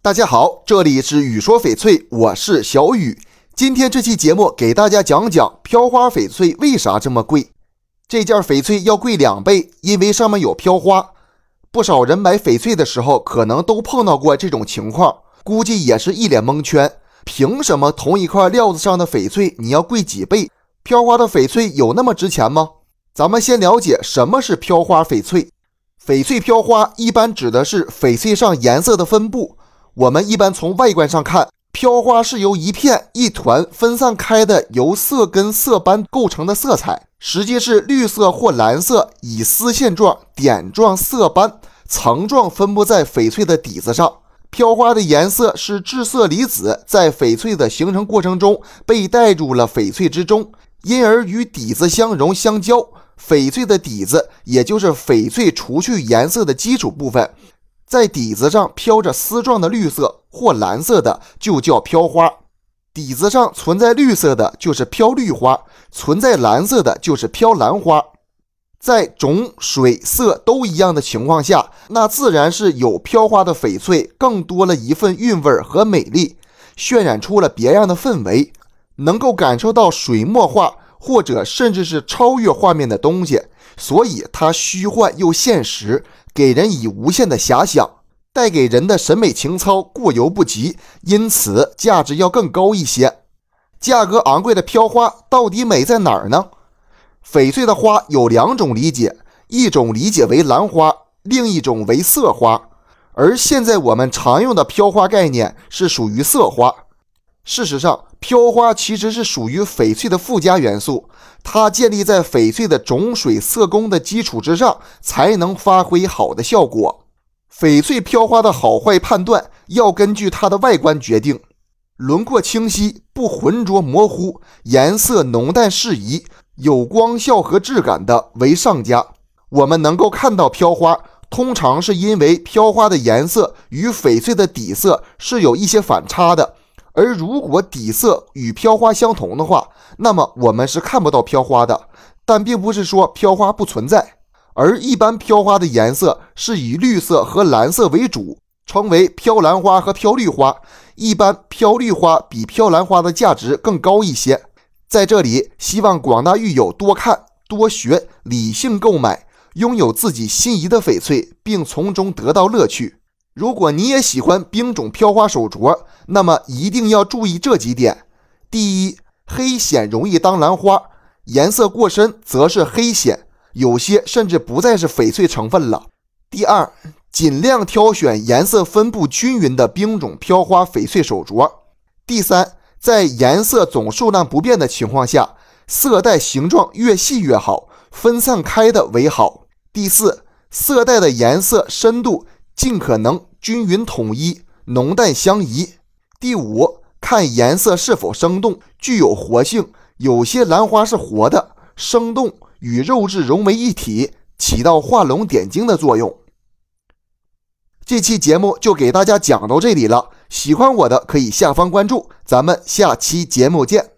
大家好，这里是雨说翡翠，我是小雨。今天这期节目给大家讲讲飘花翡翠为啥这么贵。这件翡翠要贵2倍，因为上面有飘花。不少人买翡翠的时候可能都碰到过这种情况，估计也是一脸蒙圈。凭什么同一块料子上的翡翠你要贵几倍？飘花的翡翠有那么值钱吗？咱们先了解什么是飘花翡翠。翡翠飘花一般指的是翡翠上颜色的分布。我们一般从外观上看，飘花是由一片一团分散开的由色根色斑构成的色彩，实际是绿色或蓝色以丝线状、点状色斑层状分布在翡翠的底子上。飘花的颜色是致色离子在翡翠的形成过程中被带入了翡翠之中，因而与底子相融相交。翡翠的底子也就是翡翠除去颜色的基础部分，在底子上飘着丝状的绿色或蓝色的就叫飘花，底子上存在绿色的就是飘绿花，存在蓝色的就是飘蓝花。在种、水、色都一样的情况下，那自然是有飘花的翡翠更多了一份韵味和美丽，渲染出了别样的氛围，能够感受到水墨画或者甚至是超越画面的东西，所以它虚幻又现实，给人以无限的遐想，带给人的审美情操过犹不及，因此价值要更高一些。价格昂贵的飘花到底美在哪儿呢？翡翠的花有2种理解，一种理解为兰花，另一种为色花。而现在我们常用的飘花概念是属于色花。事实上，飘花其实是属于翡翠的附加元素，它建立在翡翠的种水色工的基础之上，才能发挥好的效果。翡翠飘花的好坏判断要根据它的外观决定，轮廓清晰，不浑浊模糊，颜色浓淡适宜，有光效和质感的为上佳。我们能够看到飘花，通常是因为飘花的颜色与翡翠的底色是有一些反差的，而如果底色与飘花相同的话，那么我们是看不到飘花的。但并不是说飘花不存在，而一般飘花的颜色是以绿色和蓝色为主，称为飘蓝花和飘绿花。一般飘绿花比飘蓝花的价值更高一些。在这里，希望广大玉友多看多学，理性购买，拥有自己心仪的翡翠，并从中得到乐趣。如果你也喜欢冰种飘花手镯，那么一定要注意这几点。第一，黑显容易当兰花，颜色过深则是黑显，有些甚至不再是翡翠成分了。第二，尽量挑选颜色分布均匀的冰种飘花翡翠手镯。第三，在颜色总数量不变的情况下，色带形状越细越好，分散开的为好。第四，色带的颜色深度尽可能均匀统一，浓淡相宜。第五，看颜色是否生动，具有活性，有些兰花是活的，生动，与肉质融为一体，起到画龙点睛的作用。这期节目就给大家讲到这里了，喜欢我的可以下方关注，咱们下期节目见。